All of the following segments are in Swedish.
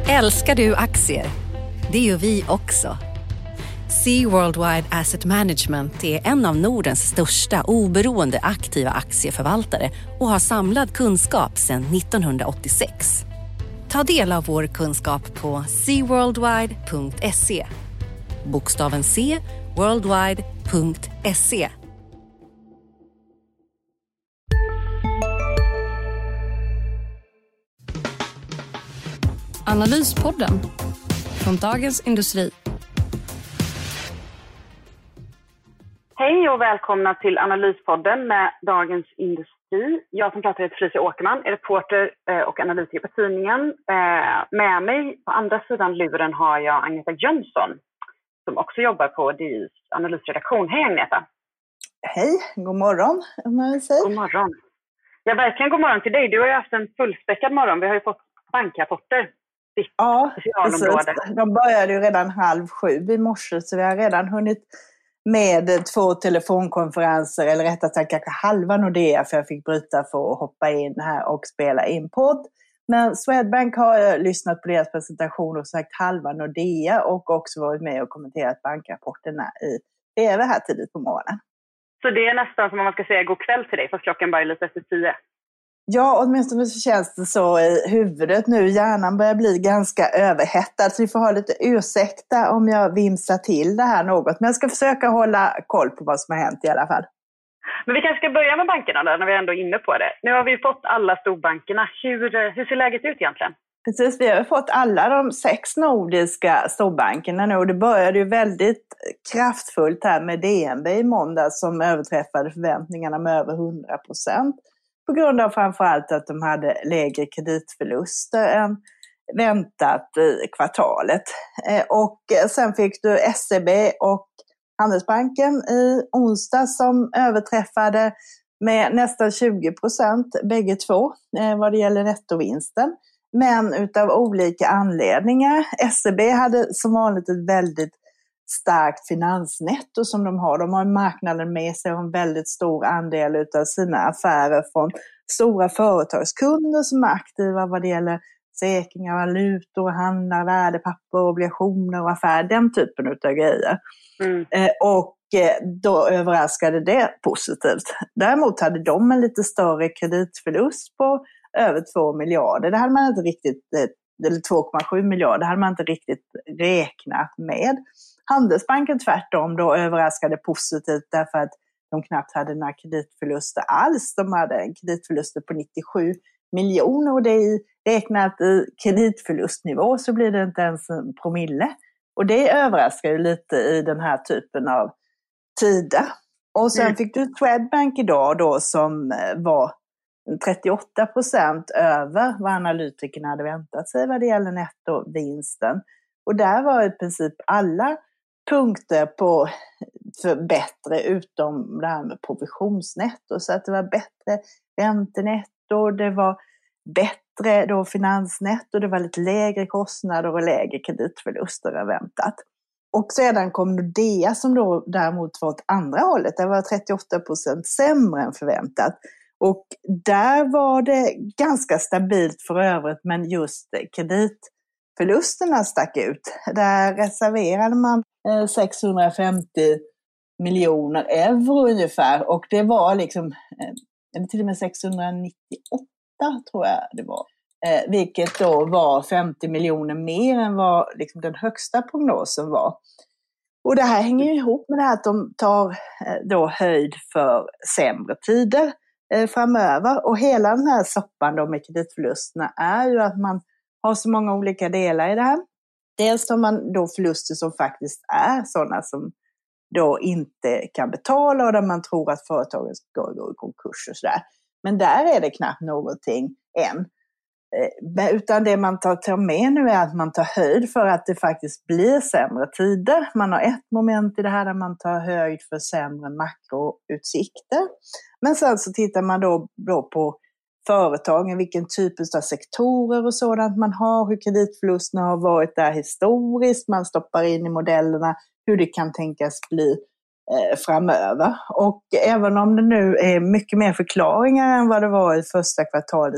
Älskar du aktier? Det gör vi också. Sea Worldwide Asset Management är en av Nordens största oberoende aktiva aktieförvaltare och har samlad kunskap sedan 1986. Ta del av vår kunskap på seaworldwide.se. Bokstaven C, worldwide.se. Analyspodden från Dagens Industri. Hej och välkomna till Analyspodden med Dagens Industri. Jag som pratar heter Felicia Åkerman, är reporter och analytiker på tidningen. Med mig på andra sidan luren har jag Agneta Jönsson som också jobbar på DIs analysredaktion. Hej Agneta! Hej, god morgon om man vill säga. God morgon. Ja, verkligen god morgon till dig. Du har ju haft en fullspäckad morgon. Vi har ju fått bankrapporter. Ja, precis. De började ju redan 6:30 i morse, så vi har redan hunnit med 2 telefonkonferenser, eller rättare sagt kanske halva Nordea, för jag fick bryta för att hoppa in här och spela in podd. Men Swedbank har lyssnat på deras presentation och sagt halva Nordea, och också varit med och kommenterat bankrapporterna i TV här tidigt på morgonen. Så det är nästan som om man ska säga god kväll till dig, fast klockan bara är lite efter 10. Ja, åtminstone så känns det så i huvudet nu. Hjärnan börjar bli ganska överhettad, så vi får ha lite ursäkta om jag vimsar till det här något. Men jag ska försöka hålla koll på vad som har hänt i alla fall. Men vi kanske ska börja med bankerna då, när vi ändå är inne på det. Nu har vi fått alla storbankerna. Hur ser läget ut egentligen? Precis, vi har fått alla de 6 nordiska storbankerna nu. Och det började ju väldigt kraftfullt här med DNB i måndag, som överträffade förväntningarna med över 100%. På grund av framförallt att de hade lägre kreditförluster än väntat i kvartalet. Och sen fick du SEB och Handelsbanken i onsdag som överträffade med nästan 20% bägge två vad det gäller nettovinsten. Men utav olika anledningar. SEB hade som vanligt ett väldigt starkt finansnetto som de har. De har marknaden med sig och en väldigt stor andel utav sina affärer från stora företagskunder som är aktiva vad det gäller säkringar, valutor, handlar, värdepapper, obligationer och affärer, den typen utav grejer. Och då överraskade det positivt. Däremot hade de en lite större kreditförlust på över 2 miljarder. Det hade man inte riktigt, eller 2,7 miljarder, det hade man inte riktigt räknat med. Handelsbanken tvärtom då överraskade positivt därför att de knappt hade några kreditförluster alls. De hade en kreditförluster på 97 miljoner och det är räknat i kreditförlustnivå så blir det inte ens en promille. Och det överraskar ju lite i den här typen av tider. Och sen fick du Swedbank idag då som var 38% över vad analytikerna hade väntat sig vad det gäller nettovinsten. Och där var i princip alla punkter på för bättre utom det här med provisionsnetto. Så att det var bättre räntenetto, det var bättre då finansnetto, det var lite lägre kostnader och lägre kreditförluster än väntat. Och sedan kom Nordea som då däremot var åt andra hållet. Det var 38% sämre än förväntat. Och där var det ganska stabilt för övrigt, men just kreditförlusterna stack ut. Där reserverade man 650 miljoner euro ungefär, och det var liksom, eller till och med 698 tror jag det var. Vilket då var 50 miljoner mer än vad liksom den högsta prognosen var. Och det här hänger ju ihop med det här att de tar då höjd för sämre tider framöver. Och hela den här soppan då med kreditförlusterna är ju att man har så många olika delar i det här. Dels har man då förluster som faktiskt är sådana som då inte kan betala och där man tror att företagen ska gå i konkurs och sådär. Men där är det knappt någonting än. Utan det man tar med nu är att man tar höjd för att det faktiskt blir sämre tider. Man har ett moment i det här där man tar höjd för sämre makroutsikter. Men sen så tittar man då på företagen, vilken typ av sektorer och sådant man har, hur kreditförlusterna har varit där historiskt. Man stoppar in i modellerna hur det kan tänkas bli framöver. Och även om det nu är mycket mer förklaringar än vad det var i första kvartalet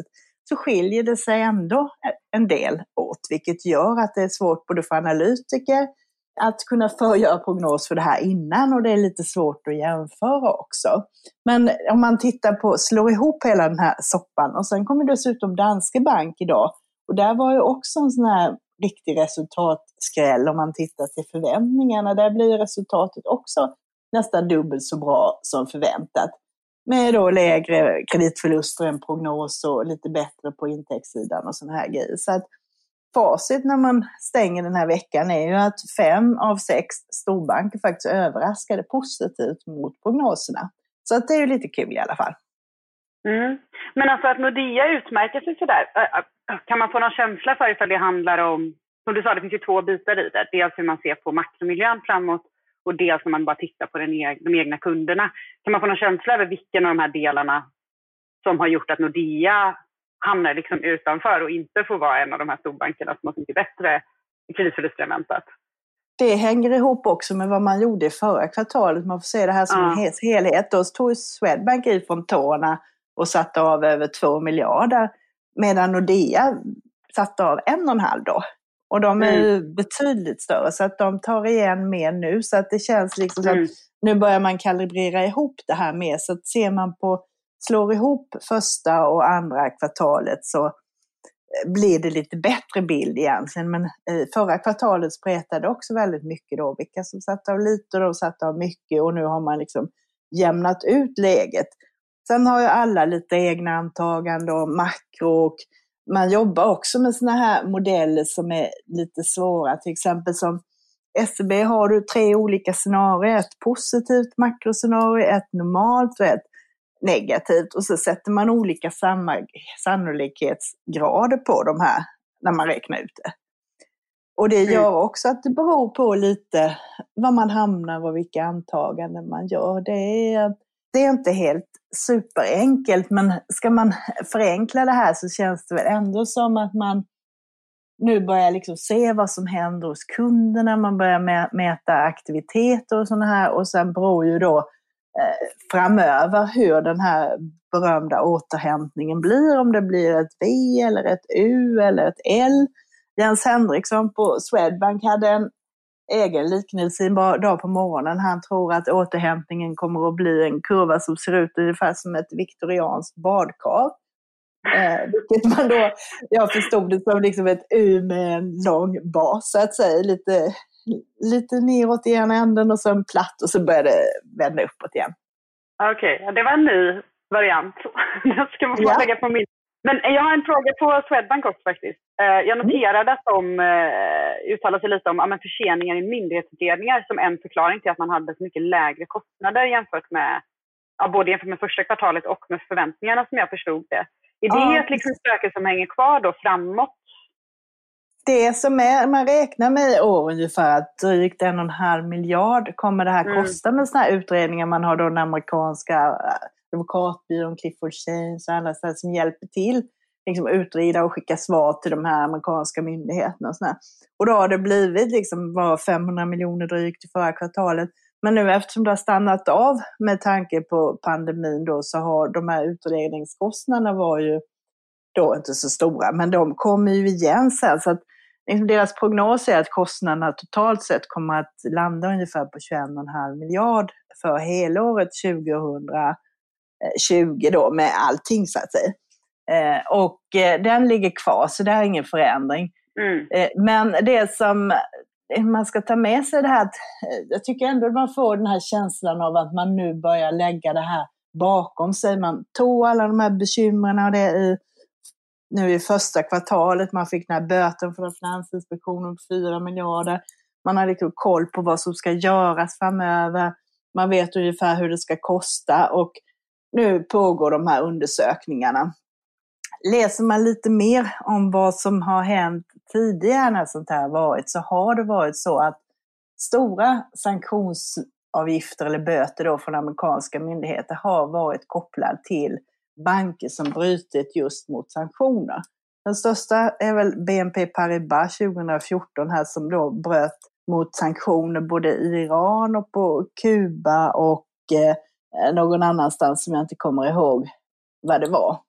så skiljer det sig ändå en del åt, vilket gör att det är svårt både för analytiker att kunna förgöra prognos för det här innan, och det är lite svårt att jämföra också. Men om man tittar på, slår ihop hela den här soppan, och sen kommer dessutom Danske Bank idag, och där var ju också en sån här riktig resultatskräll om man tittar till förväntningarna. Där blir resultatet också nästan dubbelt så bra som förväntat, med då lägre kreditförluster än prognos och lite bättre på intäktssidan och såna här grejer. Så att facit när man stänger den här veckan är ju att 5 av 6 storbanker faktiskt överraskade positivt mot prognoserna. Så att det är ju lite kul i alla fall. Mm. Men alltså att Nordea utmärker sig sådär, kan man få någon känsla för ifall det handlar om, som du sa, det finns ju 2 bitar i det. Dels hur man ser på makromiljön framåt, och dels när man bara tittar på de egna kunderna. Kan man få någon känsla över vilken av de här delarna som har gjort att Nordea hamnar liksom utanför och inte får vara en av de här storbankerna som har så mycket bättre kreditförluster än väntat? Det hänger ihop också med vad man gjorde i förra kvartalet. Man får se det här som en helhet. Då tog Swedbank i från tårna och satte av över 2 miljarder. Medan Nordea satte av 1,5 då. Och de är ju betydligt större, så att de tar igen mer nu. Så att det känns liksom så att nu börjar man kalibrera ihop det här mer. Så att ser man på, slår ihop första och andra kvartalet, så blir det lite bättre bild egentligen. Men förra kvartalet spretade också väldigt mycket då. Vilka som satt av lite och de satt av mycket, och nu har man liksom jämnat ut läget. Sen har ju alla lite egna antaganden och makro, och man jobbar också med såna här modeller som är lite svåra. Till exempel som SEB har du 3 olika scenarier. Ett positivt makroscenario, ett normalt och ett negativt. Och så sätter man olika sannolikhetsgrader på de här när man räknar ut det. Och det gör också att det beror på lite var man hamnar och vilka antaganden man gör. Det är inte helt superenkelt, men ska man förenkla det här så känns det väl ändå som att man nu börjar liksom se vad som händer hos kunderna, man börjar mäta aktiviteter och sådana här, och sen beror ju då framöver hur den här berömda återhämtningen blir, om det blir ett V eller ett U eller ett L. Jens Henriksson på Swedbank hade en egen liknelse en dag på morgonen. Han tror att återhämtningen kommer att bli en kurva som ser ut ungefär som ett viktorianskt badkar. Vilket man då, jag förstod det som liksom ett U med en lång bas så att säga. Lite neråt i ena änden och sen platt, och så börjar det vända uppåt igen. Okej, det var en ny variant. Det ska man få lägga på min. Men jag har en fråga på Swedbank också faktiskt. Jag noterade att de uttalade sig lite om förseningar i myndighetsutredningar som en förklaring till att man hade så mycket lägre kostnader jämfört med både jämfört med första kvartalet och med förväntningarna, som jag förstod det. Är det ett liksom spöke som hänger kvar då framåt? Det som är, man räknar med i år ungefär att drygt 1,5 miljard kommer det här kosta med såna här utredningar. Man har då den amerikanska advokatbyrån Clifford Chance och alla som hjälper till liksom utreda och skicka svar till de här amerikanska myndigheterna och sådär. Och då har det blivit liksom var 500 miljoner drygt i förra kvartalet. Men nu eftersom det har stannat av med tanke på pandemin då, så har de här utredningskostnaderna var ju då inte så stora. Men de kommer ju igen sen, så att liksom deras prognos är att kostnaderna totalt sett kommer att landa ungefär på 21,5 miljard för helåret 2020 då, med allting så att säga. Och den ligger kvar, så det är ingen förändring. Men det som man ska ta med sig det här, jag tycker ändå att man får den här känslan av att man nu börjar lägga det här bakom sig. Man tog alla de här bekymren och det nu i första kvartalet. Man fick den här böten från Finansinspektionen på 4 miljarder. Man har liksom koll på vad som ska göras framöver. Man vet ungefär hur det ska kosta, och nu pågår de här undersökningarna. Läser man lite mer om vad som har hänt tidigare när sånt här varit, så har det varit så att stora sanktionsavgifter eller böter då från amerikanska myndigheter har varit kopplade till banker som brutit just mot sanktioner. Den största är väl BNP Paribas 2014 här, som då bröt mot sanktioner både i Iran och på Kuba och någon annanstans som jag inte kommer ihåg vad det var.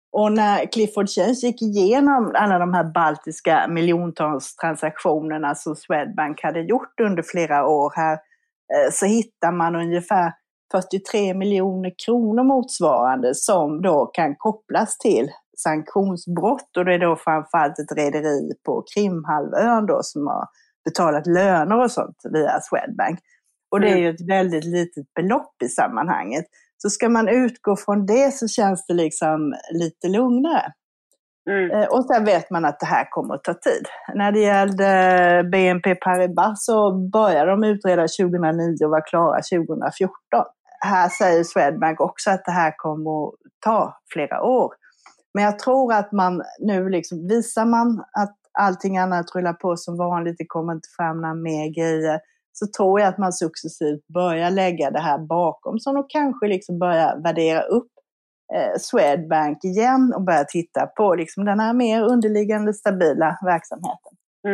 Och när Clifford Chance gick igenom alla de här baltiska miljontals transaktionerna som Swedbank hade gjort under flera år här, så hittar man ungefär 43 miljoner kronor motsvarande som då kan kopplas till sanktionsbrott. Och det är då framförallt ett rederi på Krimhalvön då som har betalat löner och sånt via Swedbank. Och det är ju ett väldigt litet belopp i sammanhanget. Så ska man utgå från det så känns det liksom lite lugnare. Och sen vet man att det här kommer att ta tid. När det gällde BNP Paribas så började de utreda 2009 och var klara 2014. Här säger Swedbank också att det här kommer att ta flera år. Men jag tror att man nu liksom, visar man att allting annat rullar på som vanligt, det kommer inte fram några mer grejer, så tror jag att man successivt börjar lägga det här bakom, så de kanske liksom börjar värdera upp Swedbank igen och börja titta på liksom den här mer underliggande stabila verksamheten.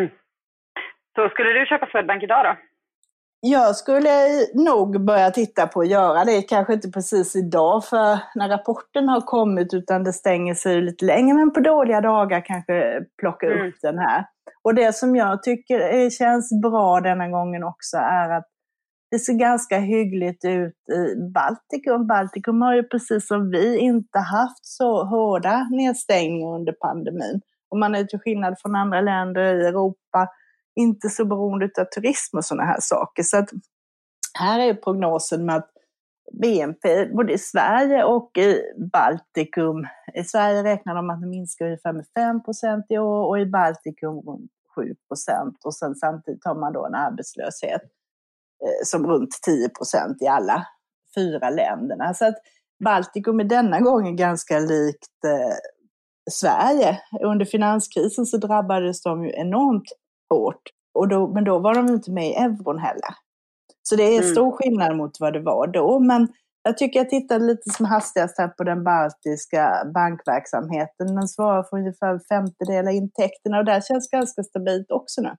Så skulle du köpa Swedbank idag då? Jag skulle nog börja titta på att göra det, kanske inte precis idag för när rapporten har kommit, utan det stänger sig lite längre, men på dåliga dagar kanske plocka upp den här. Och det som jag tycker känns bra denna gången också är att det ser ganska hyggligt ut i Baltikum. Baltikum har ju precis som vi inte haft så hårda nedstängningar under pandemin. Och man är till skillnad från andra länder i Europa inte så beroende av turism och sådana här saker. Så att här är prognosen med att BNP både i Sverige och i Baltikum. I Sverige räknar de att det minskar ungefär med 5% i år och i Baltikum runt 7%. Och sen samtidigt har man då en arbetslöshet som runt 10% i alla 4 länderna. Så att Baltikum är denna gången ganska likt Sverige. Under finanskrisen så drabbades de ju enormt hårt. Men då var de inte med i euron heller. Så det är stor skillnad mot vad det var då. Men jag tycker jag tittade lite som hastigast här på den baltiska bankverksamheten. Den svarar för ungefär 50% av intäkterna och där känns ganska stabilt också nu.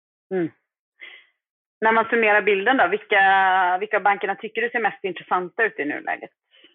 När man summerar bilden då, vilka bankerna tycker du ser mest intressanta ut i nuläget?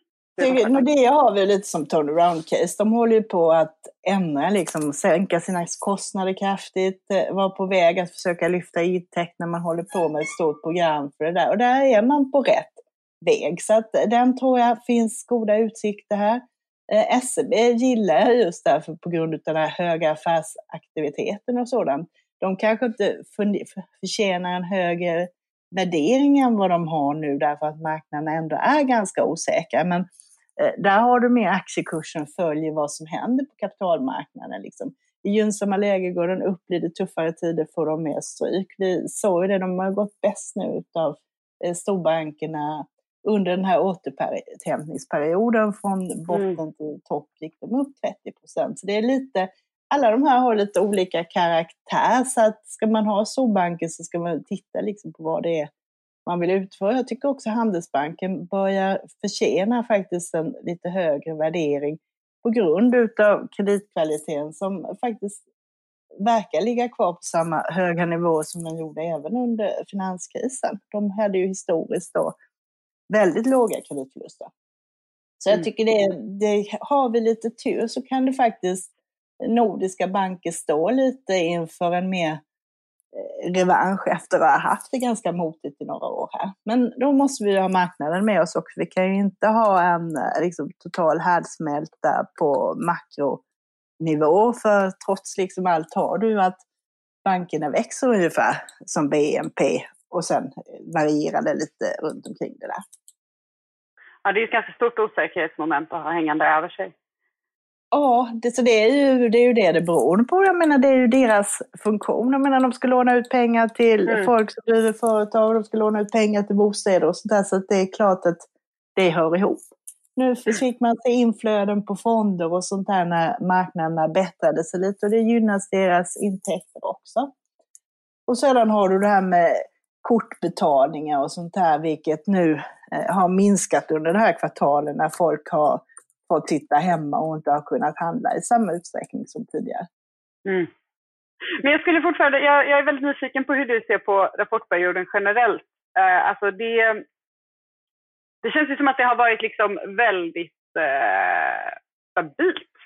Nordea har vi lite som turnaround-case. De håller ju på att ändra, liksom, sänka sina kostnader kraftigt, vara på väg att försöka lyfta intäkt när man håller på med ett stort program för det där. Och där är man på rätt väg. Så att den tror jag finns goda utsikter här. SEB gillar jag just därför på grund av den här höga affärsaktiviteten och sådant. De kanske inte förtjänar en högre värdering än vad de har nu därför att marknaden ändå är ganska osäker. Men där har du mer aktiekursen följer vad som händer på kapitalmarknaden. Liksom. I gynnsamma läge går den upp, blir det tuffare tider får de mer stryk. Vi såg ju det, de har gått bäst nu utav storbankerna under den här återhämtningsperioden från botten till topp gick de upp 30%. Så det är lite, alla de här har lite olika karaktär, så att ska man ha storbanker så ska man titta liksom på vad det är man vill utföra. Jag tycker också Handelsbanken börjar förtjäna faktiskt en lite högre värdering på grund utav kreditkvaliteten som faktiskt verkar ligga kvar på samma höga nivå som den gjorde även under finanskrisen. De hade ju historiskt då väldigt låga kreditförluster. Så jag tycker det har vi lite tur så kan det faktiskt nordiska banker stå lite inför en mer revansch efter att ha haft det ganska motigt i några år här. Men då måste vi ha marknaden med oss också. Vi kan ju inte ha en liksom, total härdsmälta på makronivå, för trots liksom allt har du att bankerna växer ungefär som BNP och sen varierar det lite runt omkring det där. Ja, det är ett ganska stort osäkerhetsmoment att ha hängande över sig. Ja, det är ju det beror på. Jag menar, det är ju deras funktion. Jag menar, de ska låna ut pengar till folk som driver företag, de ska låna ut pengar till bostäder och sånt där, så att det är klart att det hör ihop. Nu fick man se inflöden på fonder och sånt där när marknaderna bättrade sig lite och det gynnas deras intäkter också. Och sedan har du det här med kortbetalningar och sånt här, vilket nu har minskat under det här kvartalet när folk har fått sitta hemma och inte har kunnat handla i samma utsträckning som tidigare. Men jag skulle fortfarande, jag är väldigt nyfiken på hur du ser på rapportperioden generellt. Alltså det känns ju som att det har varit liksom väldigt stabilt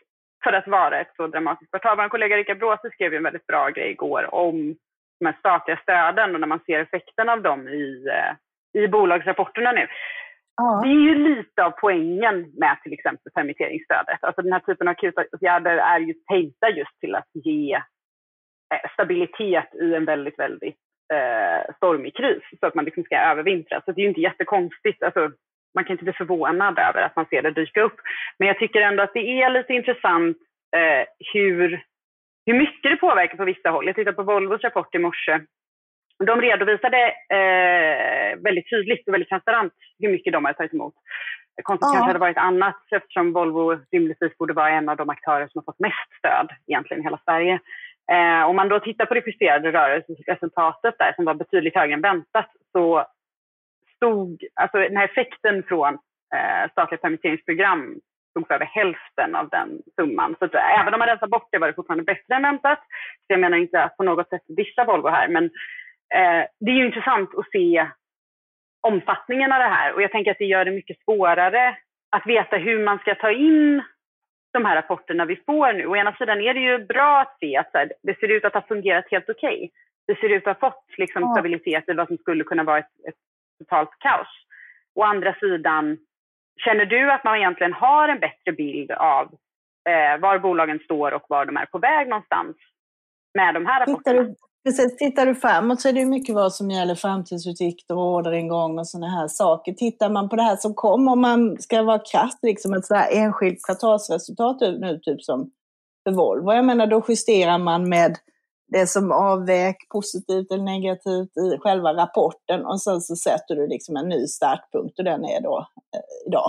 för att vara ett så dramatiskt kvartal. Vår kollega Rickard Bråse skrev en väldigt bra grej igår om de här statliga stöden och när man ser effekten av dem i bolagsrapporterna nu. Ja. Det är ju lite av poängen med till exempel permitteringsstödet. Alltså den här typen av akutåtgärder är ju tänkta just till att ge stabilitet i en väldigt, väldigt stormig kris så att man liksom ska övervintra. Så det är ju inte jättekonstigt. Alltså, man kan inte bli förvånad över att man ser det dyka upp. Men jag tycker ändå att det är lite intressant hur mycket det påverkar på vissa håll. Jag tittade på Volvos rapport i morse. De redovisade väldigt tydligt och väldigt transparent hur mycket de har tagit emot. Konstigt kanske hade varit annat eftersom Volvo rimligtvis borde vara en av de aktörer som har fått mest stöd egentligen i hela Sverige. Om man då tittar på det justerade rörelseresultatet där som var betydligt högre än väntat så stod alltså den här effekten från statliga permitteringsprogram stod för över hälften av den summan. Så att, även om man rensar bort det var det fortfarande bättre än väntat. Så jag menar inte att på något sätt vissa Volvo här men det är ju intressant att se omfattningen av det här och jag tänker att det gör det mycket svårare att veta hur man ska ta in de här rapporterna vi får nu. Å ena sidan är det ju bra att se att så här, det ser ut att ha fungerat helt okej. Det ser ut att ha fått liksom, stabilitet i vad som skulle kunna vara ett totalt kaos. Å andra sidan, känner du att man egentligen har en bättre bild av var bolagen står och var de är på väg någonstans med de här rapporterna? Tittar du framåt så är det mycket vad som gäller framtidsutsikter och orderingång och sådana här saker. Tittar man på det här som kommer, om man ska vara krass, liksom ett sådär enskilt kvartalsresultat nu, typ som för Volvo. Jag menar, då justerar man med det som avväg positivt eller negativt i själva rapporten och sen så sätter du liksom en ny startpunkt och den är då idag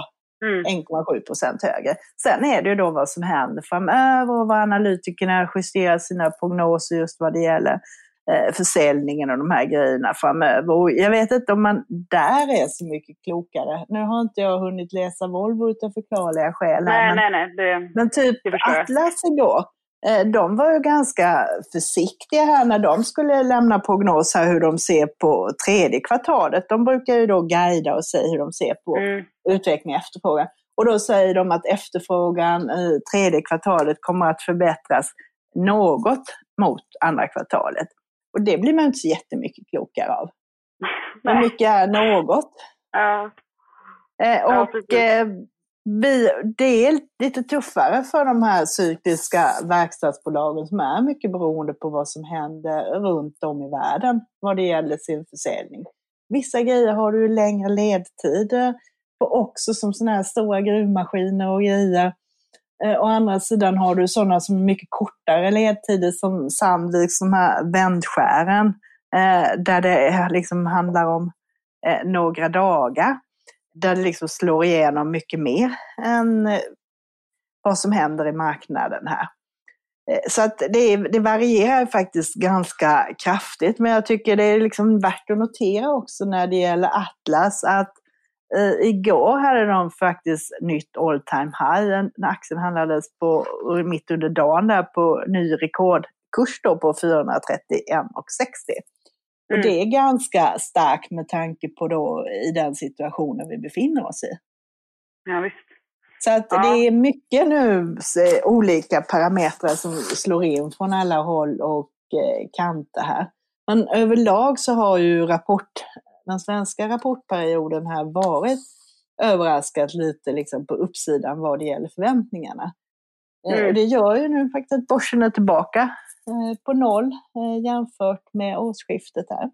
1,7% högre. Sen är det ju då vad som händer framöver och vad analytikerna justerar sina prognoser just vad det gäller försäljningen och de här grejerna framöver. Och jag vet inte om man där är så mycket klokare. Nu har inte jag hunnit läsa Volvo utav förklarliga skäl. Nej. Men typ Atlas igår, de var ju ganska försiktiga här när de skulle lämna prognos här hur de ser på tredje kvartalet. De brukar ju då guida och säga hur de ser på utveckling och efterfrågan. Och då säger de att efterfrågan i tredje kvartalet kommer att förbättras något mot andra kvartalet. Och det blir man inte så jättemycket klokare av. Hur mycket är något? Ja. Det är lite tuffare för de här cykliska verkstadsbolagen som är mycket beroende på vad som händer runt om i världen vad det gäller sin försäljning. Vissa grejer har du längre ledtider och också som sådana här stora gruvmaskiner och grejer. Å andra sidan har du sådana som är mycket kortare ledtider som Sandviks, de här vändskären där det liksom handlar om några dagar. Där det liksom slår igenom mycket mer än vad som händer i marknaden här. Så att det varierar faktiskt ganska kraftigt. Men jag tycker det är liksom värt att notera också när det gäller Atlas att igår hade de faktiskt nytt all time high. När aktien handlades på mitt under dagen där på ny rekordkurs då på 431,60. Och det är ganska starkt med tanke på då i den situationen vi befinner oss i. Ja, visst. Så att det är mycket nu olika parametrar som slår in från alla håll och kanter här. Men överlag så har ju den svenska rapportperioden här varit överraskat lite liksom på uppsidan vad det gäller förväntningarna. Och det gör ju nu faktiskt att börsen är tillbaka på noll jämfört med årsskiftet här.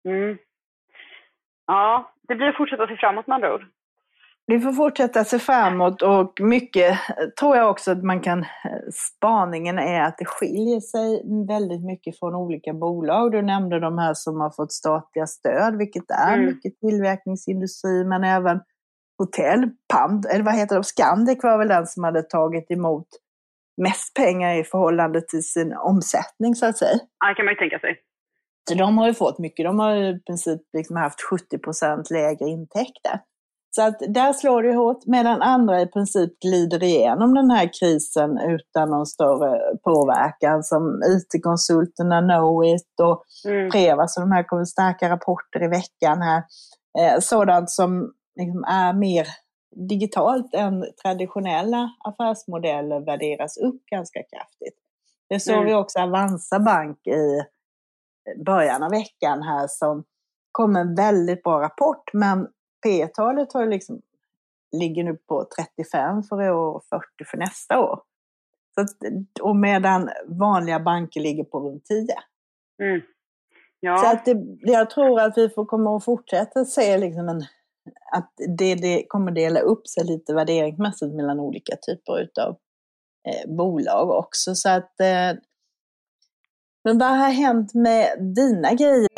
Ja, det blir att fortsätta se framåt med andra ord. Vi får fortsätta se framåt och mycket tror jag också att spaningen är att det skiljer sig väldigt mycket från olika bolag. Du nämnde de här som har fått statliga stöd, vilket är mycket tillverkningsindustri men även hotell, Pand, eller vad heter det, Scandic var väl den som hade tagit emot mest pengar i förhållande till sin omsättning så att säga. Ja, kan man ju tänka sig. Så de har ju fått mycket, de har ju i princip liksom haft 70% lägre intäkter. Så att där slår det hårt medan andra i princip glider igenom den här krisen utan någon större påverkan som IT-konsulterna Knowit och Prevas och de här kommer starka rapporter i veckan här. Sådant som liksom är mer digitalt än traditionella affärsmodeller värderas upp ganska kraftigt. Det såg vi också Avanza Bank i början av veckan här som kom en väldigt bra rapport, men P-talet har liksom, ligger nu på 35 för i år och 40 för nästa år. Så att, och medan vanliga banker ligger på runt 10. Ja. Så att jag tror att vi kommer att fortsätta se liksom att det kommer dela upp sig lite värderingsmässigt mellan olika typer utav bolag också. Så att, men vad har hänt med dina grejer?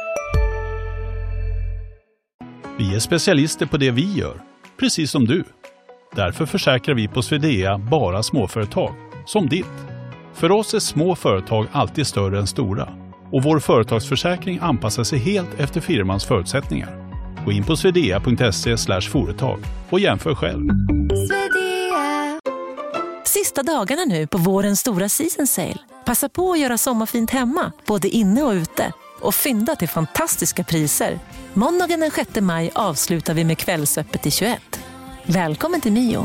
Vi är specialister på det vi gör, precis som du. Därför försäkrar vi på Swedea bara småföretag, som ditt. För oss är små företag alltid större än stora. Och vår företagsförsäkring anpassar sig helt efter firmans förutsättningar. Gå in på swedea.se/företag och jämför själv. Sista dagarna nu på vårens stora season sale. Passa på att göra sommarfint hemma, både inne och ute. Och fynda till fantastiska priser. Måndagen den 6 maj avslutar vi med kvällsöppet i 21. Välkommen till Mio.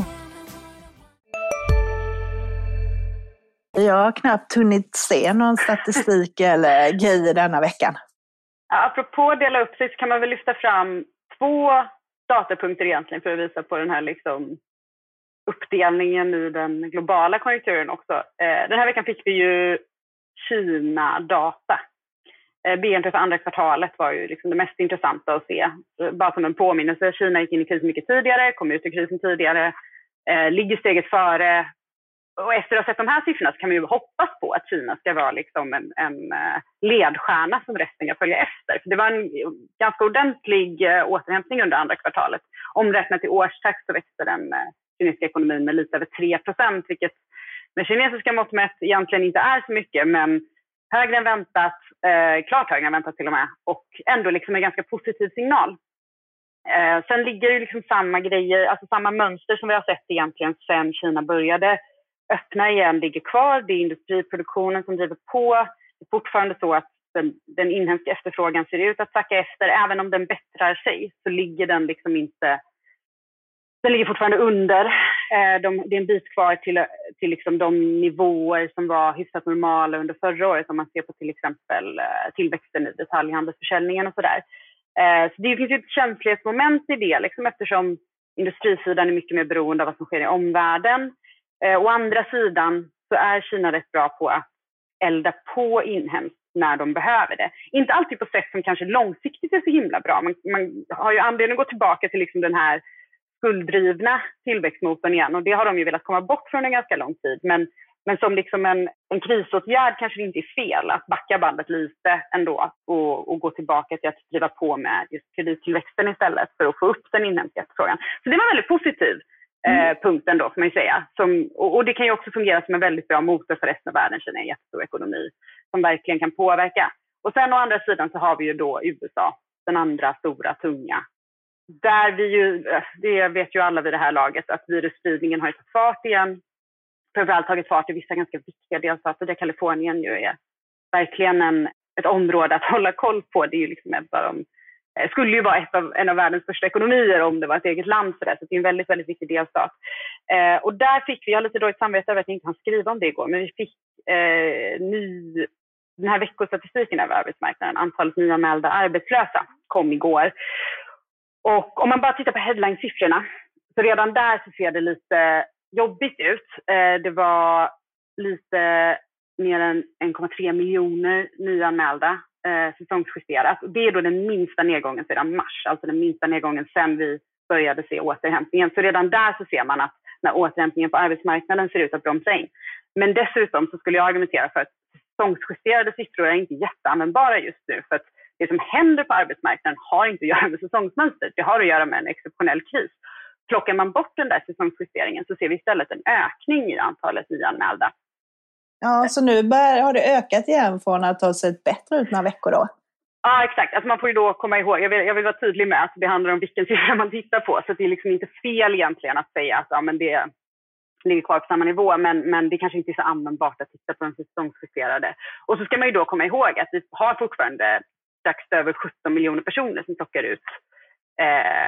Jag har knappt hunnit se någon statistik eller grejer denna veckan. Ja, apropå dela upp sig så kan man väl lyfta fram 2 datapunkter egentligen för att visa på den här liksom uppdelningen i den globala konjunkturen också. Den här veckan fick vi ju Kina-data. BNP för andra kvartalet var ju liksom det mest intressanta att se. Bara som en påminnelse, Kina gick in i krisen mycket tidigare, kom ut ur krisen tidigare, ligger steget före. Och efter att ha sett de här siffrorna så kan man ju hoppas på att Kina ska vara liksom en ledstjärna som resten kan följa efter. För det var en ganska ordentlig återhämtning under andra kvartalet. Omräknat i årstakt så växte den kinesiska ekonomin med lite över 3%, vilket med kinesiska mått mätt egentligen inte är så mycket, men högre än väntat, klart högre än väntat till och med, och ändå liksom en ganska positiv signal. Sen ligger ju liksom samma grejer, alltså samma mönster som vi har sett egentligen sedan Kina började öppna igen ligger kvar. Det är industriproduktionen som driver på. Det är fortfarande så att den inhemska efterfrågan ser ut att sacka efter. Även om den bättrar sig så ligger den liksom inte... Den ligger fortfarande under. Det är en bit kvar till liksom de nivåer som var hyfsat normala under förra året. Om man ser på till exempel tillväxten i detaljhandelsförsäljningen och sådär. Så det finns ju ett känslighetsmoment i det. Liksom, eftersom industrisidan är mycket mer beroende av vad som sker i omvärlden. Å andra sidan så är Kina rätt bra på att elda på inhemskt när de behöver det. Inte alltid på sätt som kanske långsiktigt är så himla bra. Man har ju anledning att gå tillbaka till liksom den här skulddrivna tillväxtmotorn igen. Och det har de ju velat komma bort från en ganska lång tid. Men som liksom en krisåtgärd kanske det inte är fel att backa bandet lite ändå. Och gå tillbaka till att driva på med just kredittillväxten istället för att få upp den inhemska efterfrågan. Så det var väldigt positiv punkten då, får man ju säga. Och det kan ju också fungera som en väldigt bra motor för resten av världen. Kina är en jättestor ekonomi som verkligen kan påverka. Och sen å andra sidan så har vi ju då USA, den andra stora, tunga. Där vi ju, det vet ju alla vid det här laget, att virusspridningen har tagit fart igen. Framförallt tagit fart i vissa ganska viktiga delstater där Kalifornien ju är verkligen ett område att hålla koll på. Det är ju liksom skulle ju vara en av världens största ekonomier om det var ett eget land. Så det är en väldigt, väldigt viktig delstat. Och där fick vi, jag har lite dåligt samvete över att jag inte hann skriva om det igår, men vi fick den här veckostatistiken över arbetsmarknaden. Antalet nyanmälda arbetslösa kom igår. Och om man bara tittar på headline-siffrorna, så redan där så ser det lite jobbigt ut. Det var lite mer än 1,3 miljoner nyanmälda säsongsjusterat. Och det är då den minsta nedgången sedan mars, alltså den minsta nedgången sedan vi började se återhämtningen. Så redan där så ser man att när återhämtningen på arbetsmarknaden ser ut att bromsa in. Men dessutom så skulle jag argumentera för att säsongsjusterade siffror är inte jätteanvändbara just nu, för att det som händer på arbetsmarknaden har inte att göra med säsongsmönstret. Det har att göra med en exceptionell kris. Plockar man bort den där säsongsjusteringen så ser vi istället en ökning i antalet nyanmälda. Ja, så nu har det ökat igen från att ha sett bättre ut några veckor då? Ja, exakt. Alltså man får ju då komma ihåg, jag vill vara tydlig med att det handlar om vilken siffra man tittar på. Så det är liksom inte fel egentligen att säga att men det ligger kvar på samma nivå. Men det kanske inte är så användbart att titta på den säsongsjusterade. Och så ska man ju då komma ihåg att vi har fortfarande strax över 17 miljoner personer som plockar ut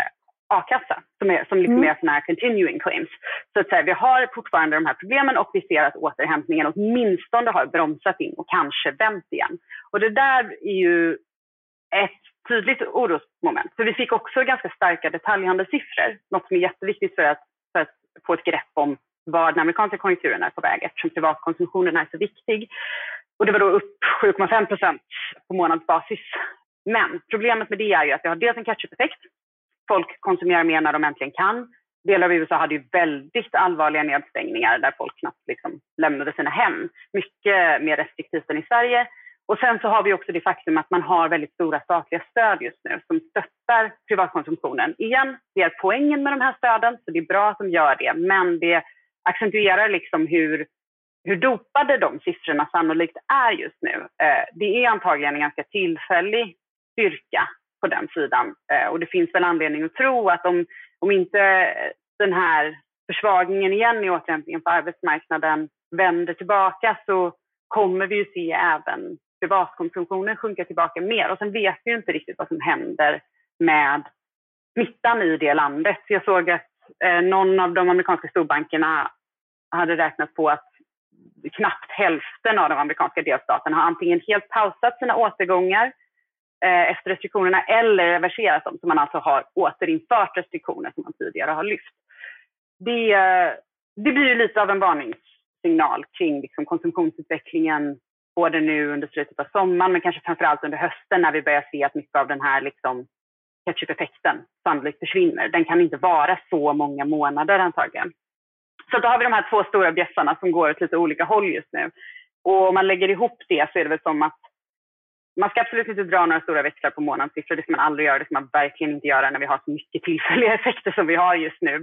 a-kassa som liksom är såna här continuing claims. Så att säga, vi har fortfarande de här problemen och vi ser att återhämtningen åtminstone har bromsat in och kanske vänt igen. Och det där är ju ett tydligt orosmoment. För vi fick också ganska starka detaljhandelssiffror, något som är jätteviktigt för att få ett grepp om var den amerikanska konjunkturen är på väg, eftersom privatkonsumtionen är så viktig. Och det var då upp 7,5% på månadsbasis. Men problemet med det är ju att vi har dels en catch-up-effekt. Folk konsumerar mer när de äntligen kan. Delar av USA hade ju väldigt allvarliga nedstängningar där folk knappt liksom lämnade sina hem. Mycket mer restriktivt än i Sverige. Och sen så har vi också det faktum att man har väldigt stora statliga stöd just nu som stöttar privatkonsumtionen. Igen, det är poängen med de här stöden, så det är bra att de gör det. Men det accentuerar liksom hur dopade de siffrorna sannolikt är just nu. Det är antagligen en ganska tillfällig styrka på den sidan. Och det finns väl anledning att tro att om inte den här försvagningen igen i återhämtningen på arbetsmarknaden vänder tillbaka, så kommer vi ju se även privatkonsumtionen sjunka tillbaka mer. Och sen vet vi ju inte riktigt vad som händer med smittan i det landet. Jag såg att någon av de amerikanska storbankerna hade räknat på att knappt hälften av de amerikanska delstaterna har antingen helt pausat sina återgångar efter restriktionerna eller reverserat dem, så man alltså har återinfört restriktioner som man tidigare har lyft. Det blir ju lite av en varningssignal kring liksom konsumtionsutvecklingen både nu under slutet av sommaren, men kanske framförallt under hösten när vi börjar se att mycket av den här liksom catch-up-effekten sannolikt försvinner. Den kan inte vara så många månader antagligen. Så då har vi de här två stora bjässarna som går åt lite olika håll just nu. Och om man lägger ihop det så är det väl som att man ska absolut inte dra några stora växlar på månadssiffror. Det ska man aldrig göra, det ska man verkligen inte göra när vi har så mycket tillfälliga effekter som vi har just nu.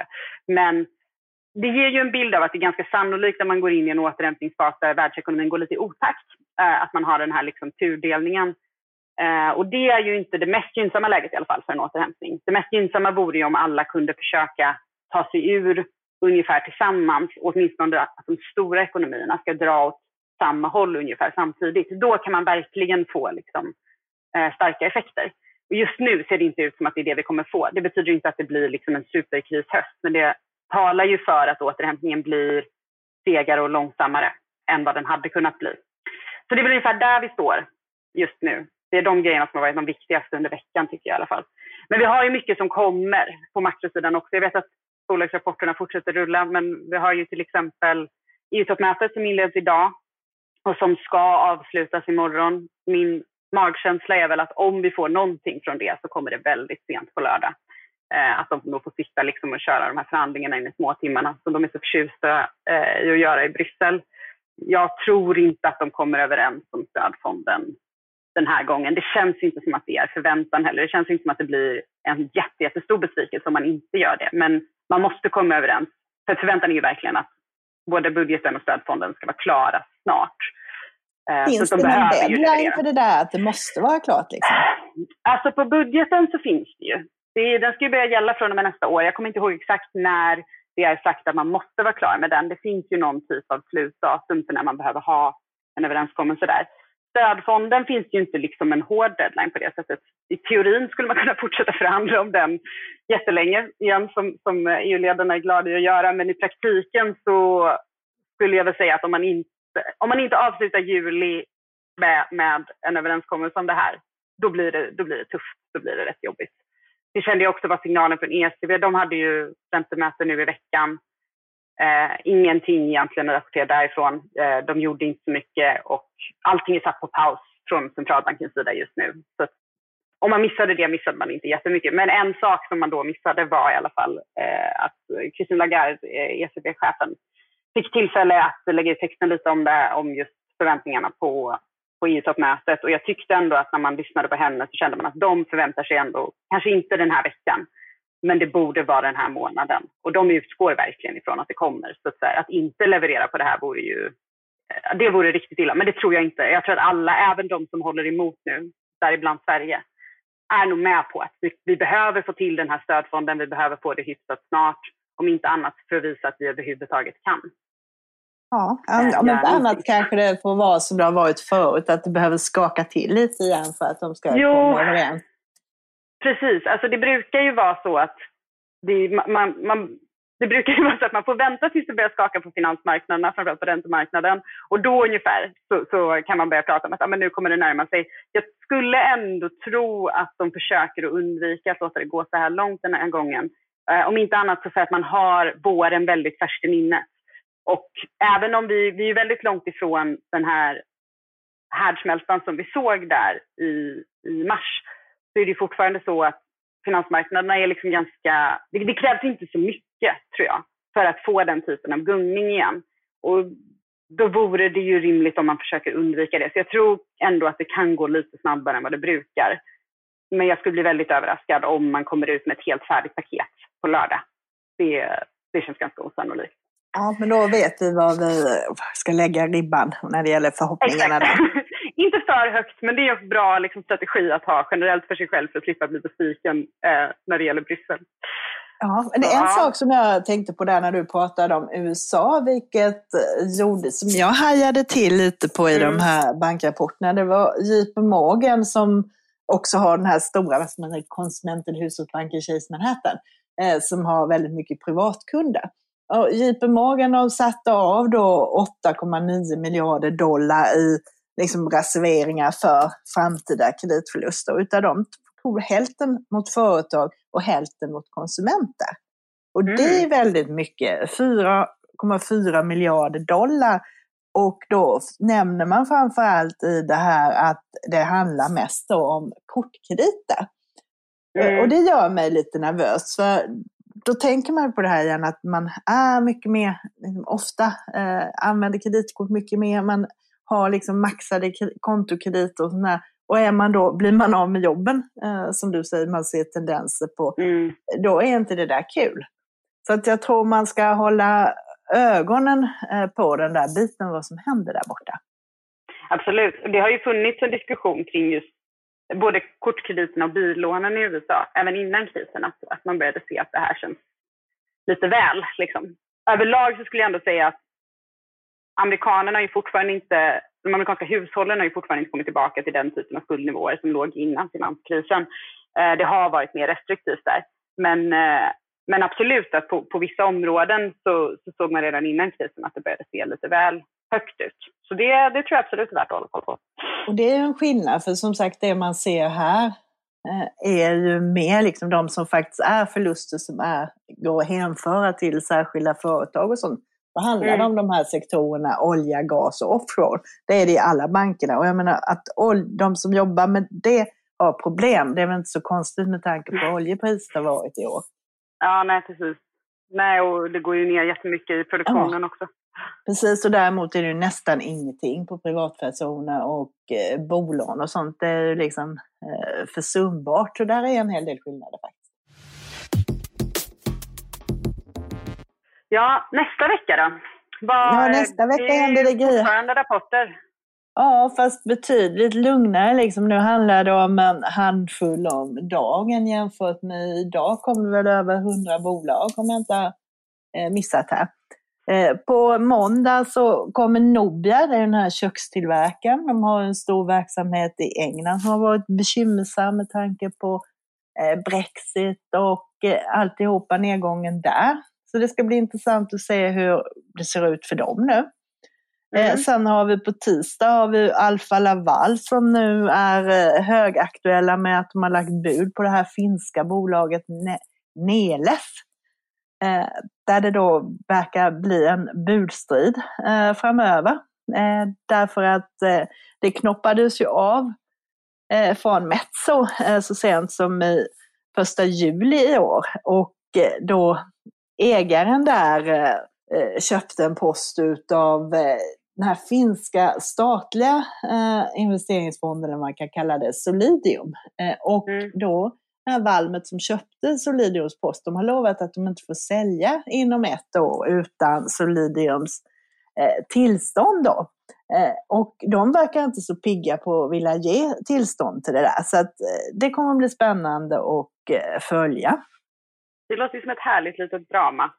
Men det ger ju en bild av att det är ganska sannolikt när man går in i en återhämtningsfas där världsekonomin går lite i otakt. Att man har den här liksom turdelningen. Och det är ju inte det mest gynnsamma läget i alla fall för en återhämtning. Det mest gynnsamma vore ju om alla kunde försöka ta sig ur ungefär tillsammans. Åtminstone att de stora ekonomierna ska dra åt samma håll ungefär samtidigt. Då kan man verkligen få liksom, starka effekter. Och just nu ser det inte ut som att det är det vi kommer få. Det betyder inte att det blir liksom en superkrishöst. Men det talar ju för att återhämtningen blir segare och långsammare än vad den hade kunnat bli. Så det är väl ungefär där vi står just nu. Det är de grejerna som har varit de viktigaste under veckan tycker jag i alla fall. Men vi har ju mycket som kommer på makrosidan också. Jag vet att bolagsrapporterna fortsätter rulla, men vi har ju till exempel EU-toppmötet som inleds idag och som ska avslutas imorgon. Min magkänsla är väl att om vi får någonting från det så kommer det väldigt sent på lördag. Att de då får sitta liksom och köra de här förhandlingarna in i små timmarna som de är så förtjusta i att göra i Bryssel. Jag tror inte att de kommer överens om stödfonden den här gången. Det känns inte som att det är förväntan heller. Det känns inte som att det blir en jättestor besvikelse om man inte gör det. Men man måste komma överens. För förväntan är ju verkligen att både budgeten och stödfonden ska vara klara snart. Finns det någon deadline för det där att det måste vara klart? Liksom? Alltså på budgeten så finns det ju. Den ska ju börja gälla från och med nästa år. Jag kommer inte ihåg exakt när det är sagt att man måste vara klar med den. Det finns ju någon typ av slutdatum för när man behöver ha en överenskommelse där. Stödfonden finns ju inte liksom en hård deadline på det sättet. I teorin skulle man kunna fortsätta förhandla om den jättelänge igen som EU-ledarna är glada att göra. Men i praktiken så skulle jag väl säga att om man inte avslutar juli med en överenskommelse om det här, då blir det tufft, då blir det rätt jobbigt. Det kände jag också var signalen från ECB. De hade ju räntemöte nu i veckan. Ingenting egentligen att rapportera därifrån. De gjorde inte så mycket och allting är satt på paus från centralbankens sida just nu. Så om man missade det missade man inte jättemycket. Men en sak som man då missade var i alla fall att Christine Lagarde, ECB-chefen, fick tillfälle att lägga ut texten lite om just förväntningarna på EU-toppmötet. Och jag tyckte ändå att när man lyssnade på henne så kände man att de förväntar sig ändå, kanske inte den här veckan, men det borde vara den här månaden. Och de utgår verkligen ifrån att det kommer. Så att inte leverera på det här vore riktigt illa. Men det tror jag inte. Jag tror att alla, även de som håller emot nu, däribland Sverige, är nog med på att vi behöver få till den här stödfonden. Vi behöver få det hyfsat snart. Om inte annat för att visa att vi överhuvudtaget kan. Ja, om inte annat kanske det får vara som det har varit förut. Att det behöver skaka till lite igen för att de ska komma överens. Precis, alltså det brukar ju vara så att det brukar ju vara så att man får vänta tills det börjar skaka på finansmarknaderna, framförallt på räntemarknaden. Och då ungefär så kan man börja prata om att men nu kommer det närma sig. Jag skulle ändå tro att de försöker att undvika att låta det gå så här långt den här gången. Om inte annat så för att man har våren väldigt färskt i minnet. Och även om vi är väldigt långt ifrån den här härdsmältan som vi såg där i mars, så är det fortfarande så att finansmarknaderna är liksom ganska... Det krävs inte så mycket, tror jag, för att få den typen av gungning igen. Och då vore det ju rimligt om man försöker undvika det. Så jag tror ändå att det kan gå lite snabbare än vad det brukar. Men jag skulle bli väldigt överraskad om man kommer ut med ett helt färdigt paket på lördag. Det känns ganska osannolikt. Ja, men då vet vi var vi ska lägga ribban när det gäller förhoppningarna. Inte för högt, men det är en bra liksom, strategi att ha generellt för sig själv för att slippa bli besviken när det gäller Bryssel. Ja, men det är en sak som jag tänkte på där när du pratade om USA, vilket gjorde som jag hajade till lite på i de här bankrapporterna. Det var JP Morgan som också har den här stora konsument- eller hushållsbanken i Chase Manhattan som har väldigt mycket privatkunder. Och JP Morgan satte av då 8,9 miljarder dollar i liksom reserveringar för framtida kreditförluster. Utav dem tog hälften mot företag och hälften mot konsumenter. Och det är väldigt mycket, 4,4 miljarder dollar. Och då nämner man framförallt i det här att det handlar mest då om kortkrediter. Och det gör mig lite nervös, för då tänker man på det här igen att man är mycket mer, ofta använder kreditkort mycket mer, man har liksom maxade kontokrediter och sådär. Och blir man av med jobben, som du säger, man ser tendenser på, då är inte det där kul. Så att jag tror man ska hålla ögonen på den där biten, vad som händer där borta. Absolut, det har ju funnits en diskussion kring just både kortkrediterna och billånen i USA, även innan krisen, att man började se att det här känns lite väl. Liksom. Överlag så skulle jag ändå säga att de amerikanska hushållen har ju fortfarande inte kommit tillbaka till den typen av skuldnivåer som låg innan finanskrisen. Det har varit mer restriktivt där. Men absolut att på vissa områden så såg man redan innan krisen att det började se lite väl högt ut. Så det tror jag absolut är värt att hålla koll på. Och det är ju en skillnad, för som sagt det man ser här är ju mer liksom de som faktiskt är förluster som går att hänföra till särskilda företag och sånt. Vad handlar det om de här sektorerna, olja, gas och offshore? Det är det i alla bankerna. Och jag menar att de som jobbar med det har problem. Det är väl inte så konstigt med tanke på oljepriset har varit i år. Ja, nej precis. Nej, och det går ju ner jättemycket i produktionen också. Precis, och däremot är det ju nästan ingenting på privatpersoner och bolån och sånt. Det är ju liksom försumbart. Så där är en hel del skillnader faktiskt. Ja, nästa vecka då? Nästa vecka händer det grejer. Fortfarande rapporter. Ja, fast betydligt lugnare. Liksom. Nu handlar det om en handfull om dagen jämfört med idag. Kommer väl över 100 bolag, om jag inte har missat här. På måndag så kommer Nobia, det är den här kökstillverkaren. De har en stor verksamhet i England som har varit bekymmersam med tanke på Brexit och alltihopa nedgången där. Så det ska bli intressant att se hur det ser ut för dem nu. Sen har vi på tisdag Alfa Laval som nu är högaktuella med att de har lagt bud på det här finska bolaget Nelef. Där det då verkar bli en budstrid framöver. Därför att det knoppades ju av från Metso så sent som i 1 juli i år. Och då ägaren där köpte en post av den här finska statliga investeringsfonden, eller man kan kalla det Solidium. Och då Valmet som köpte Solidiums post, de har lovat att de inte får sälja inom 1 år utan Solidiums tillstånd då. Och de verkar inte så pigga på att vilja ge tillstånd till det där. Så att det kommer att bli spännande att följa. Det låter som ett härligt litet drama.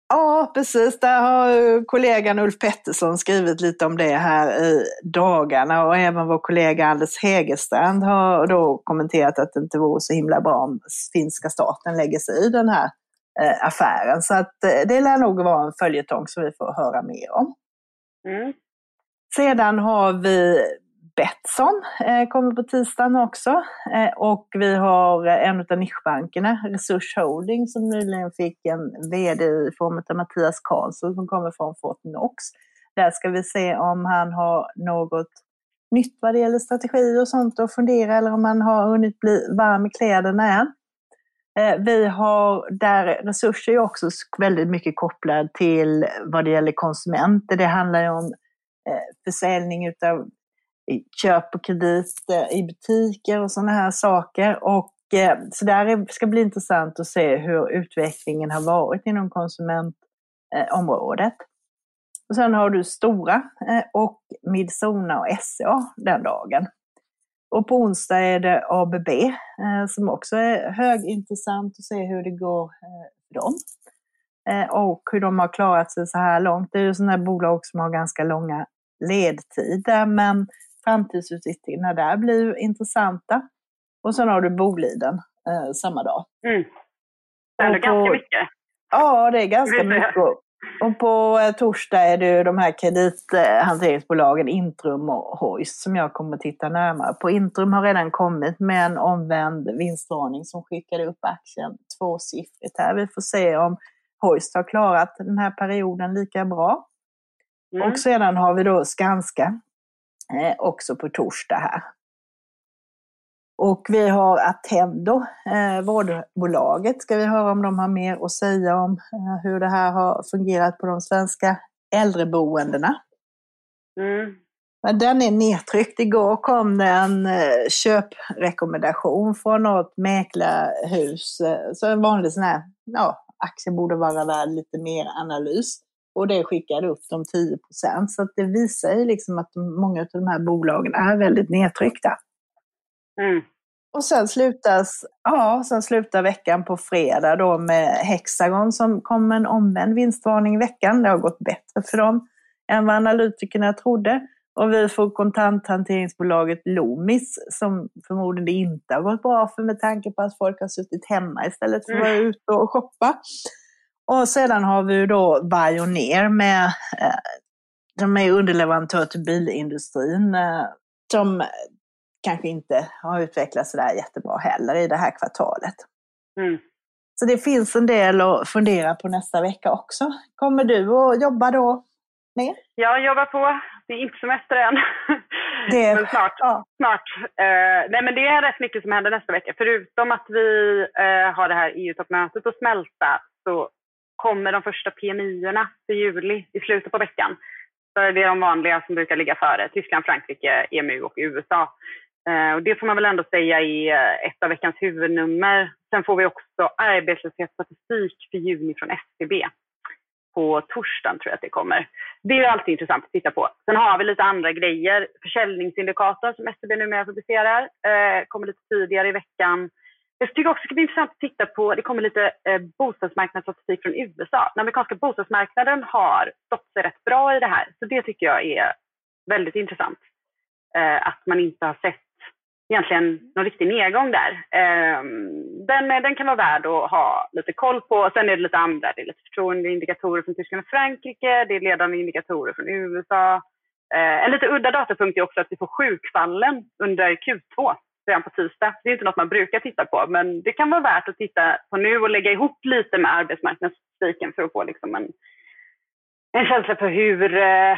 Ja, precis. Där har kollegan Ulf Pettersson skrivit lite om det här i dagarna, och även vår kollega Anders Hägerstrand har då kommenterat att det inte vore så himla bra om finska staten lägger sig i den här affären. Så att det lär nog vara en följetong som vi får höra mer om. Mm. Sedan har vi Betsson, kommer på tisdagen också, och vi har en av nischbankerna, Resurs Holding, som nyligen fick en vd i form av Mattias Karlsson som kommer från Fortnox. Där ska vi se om han har något nytt vad det gäller strategi och sånt att fundera, eller om han har hunnit bli varm i kläderna än. Vi har där resurser också väldigt mycket kopplad till vad det gäller konsumenter. Det handlar ju om försäljning utav köp och kredit i butiker och sådana här saker. Och så där ska bli intressant att se hur utvecklingen har varit inom konsumentområdet. Och sen har du Stora och Midsona och SCA den dagen. Och på onsdag är det ABB som också är högintressant att se hur det går för dem. Och hur de har klarat sig så här långt. Det är ju sådana här bolag som har ganska långa ledtider, men framtidsutsikterna där blir intressanta. Och sen har du Boliden samma dag. Mm. Det är ganska mycket. Ja, det är ganska mycket. Och på torsdag är det de här kredithanteringsbolagen Intrum och Hoist som jag kommer att titta närmare på. Intrum har redan kommit med en omvänd vinstvarning som skickade upp aktien tvåsiffrigt här. Vi får se om Hoist har klarat den här perioden lika bra. Mm. Och sedan har vi då Skanska också på torsdag här. Och vi har Attendo, vårdbolaget. Ska vi höra om de har mer att säga om hur det här har fungerat på de svenska äldreboendena. Mm. Men den är nedtryckt. Igår kom det en köprekommendation från något mäklarhus. Så en vanlig sån här, aktie borde vara värd lite mer analys. Och det skickade upp de 10%. Så att det visar ju liksom att många av de här bolagen är väldigt nedtryckta. Mm. Och sen slutar veckan på fredag då med Hexagon som kom med en omvänd vinstvarning i veckan. Det har gått bättre för dem än vad analytikerna trodde. Och vi får kontanthanteringsbolaget Loomis som förmodligen inte har gått bra för med tanke på att folk har suttit hemma istället för att vara ute och shoppa. Och sedan har vi då Veoneer med, de är underleverantör till bilindustrin som kanske inte har utvecklats så där jättebra heller i det här kvartalet. Mm. Så det finns en del att fundera på nästa vecka också. Kommer du att jobba då mer? Jag jobbar på. Det är inte semester än. Men snart. Ja. Snart. Nej, men det är rätt mycket som händer nästa vecka. Förutom att vi har det här EU-toppmötet att smälta så kommer de första PMI-erna för juli i slutet på veckan. Så det är de vanliga som brukar ligga före. Tyskland, Frankrike, EMU och USA. Och det får man väl ändå säga i ett av veckans huvudnummer. Sen får vi också arbetslöshetsstatistik för juni från SCB. På torsdagen tror jag att det kommer. Det är alltid intressant att titta på. Sen har vi lite andra grejer. Försäljningsindikatorn som SCB numera publicerar kommer lite tidigare i veckan. Jag tycker också att det blir intressant att titta på, det kommer lite bostadsmarknadsstatistik från USA. Den amerikanska bostadsmarknaden har stått sig rätt bra i det här. Så det tycker jag är väldigt intressant. Att man inte har sett egentligen någon riktig nedgång där. Den kan vara värd att ha lite koll på. Sen är det lite andra. Det är lite förtroendeindikatorer från Tyskland och Frankrike. Det är ledande indikatorer från USA. En lite udda datapunkt är också att vi får sjukfallen under Q2 redan på tisdag. Det är inte något man brukar titta på. Men det kan vara värt att titta på nu och lägga ihop lite med arbetsmarknadsstatistiken för att få liksom en känsla för hur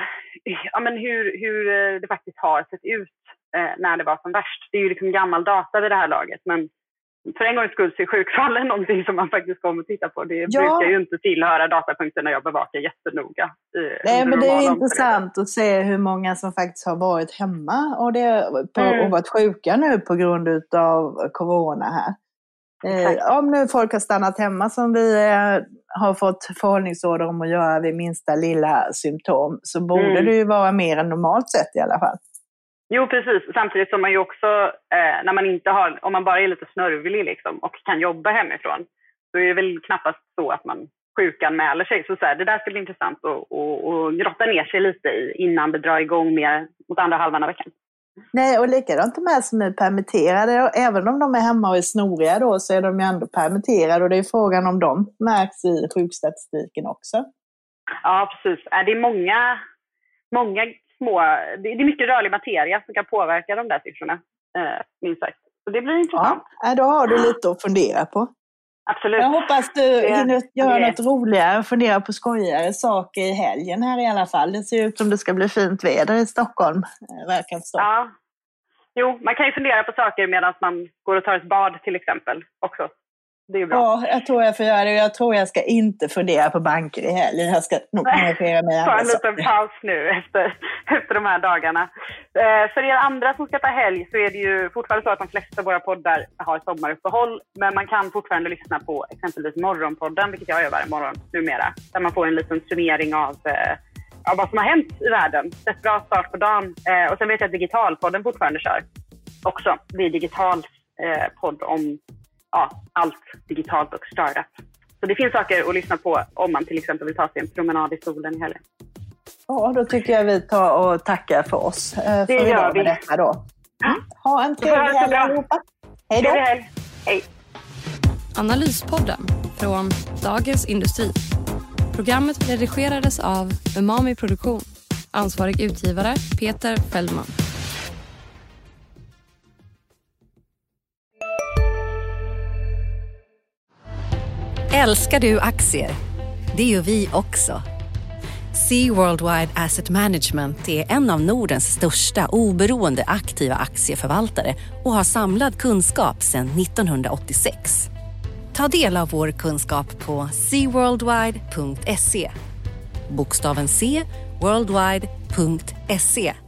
det faktiskt har sett ut när det var som värst. Det är ju liksom gammal data vid det här laget, men för en gångs skull så är sjukfallen någonting som man faktiskt kommer att titta på. Det brukar ju inte tillhöra datapunkterna jag bevakar jättenoga. Nej, men det är intressant att se hur många som faktiskt har varit hemma och varit sjuka nu på grund av corona här. Om nu folk har stannat hemma som vi har fått förhållningsorder om att göra vid minsta lilla symptom, så borde det ju vara mer än normalt sett i alla fall. Jo, precis. Samtidigt som man ju också, när man inte om man bara är lite snörvlig liksom, och kan jobba hemifrån, så är det väl knappast så att man sjukanmäler sig. Så det där ska bli intressant att grotta ner sig lite i innan det drar igång mer mot andra halvan av veckan. Nej, och likadant de här som är permitterade, och även om de är hemma och är snoriga då, så är de ju ändå permitterade, och det är frågan om de märks i sjukstatistiken också. Ja, precis. Det är många små, det är mycket rörlig materia som kan påverka de där siffrorna, minst sagt. Så det blir intressant. Ja, då har du lite att fundera på. Absolut. Jag hoppas du hinner göra något roligare och fundera på skojigare saker i helgen här i alla fall. Det ser ut som det ska bli fint väder i Stockholm, verkar det stå. Ja. Jo, man kan ju fundera på saker medan man går och tar ett bad till exempel också. Det är ju bra. Ja, jag tror jag får göra det. Jag tror jag ska inte fundera på banker i helgen. Jag ska nog engagera mig. Ta en liten paus nu efter de här dagarna. För er andra som ska ta helg så är det ju fortfarande så att de flesta av våra poddar har sommaruppehåll. Men man kan fortfarande lyssna på exempelvis Morgonpodden, vilket jag gör varje morgon numera. Där man får en liten summering av vad som har hänt i världen. Ett bra start på dagen. Och sen vet jag att Digitalpodden fortfarande kör också. Det är digital podd om allt digitalt och startup. Så det finns saker att lyssna på om man till exempel vill ta sig en promenad i solen i helgen. Ja, då tycker jag vi tar och tackar för oss. Det gör vi. Detta då. Ha en trevlig helg allihopa. Hej då. Hej. Analyspodden från Dagens Industri. Programmet redigerades av Umami Produktion. Ansvarig utgivare Peter Fällman. Älskar du aktier? Det gör vi också. Sea Worldwide Asset Management är en av Nordens största oberoende aktiva aktieförvaltare och har samlad kunskap sedan 1986. Ta del av vår kunskap på seaworldwide.se. Bokstaven C, worldwide.se.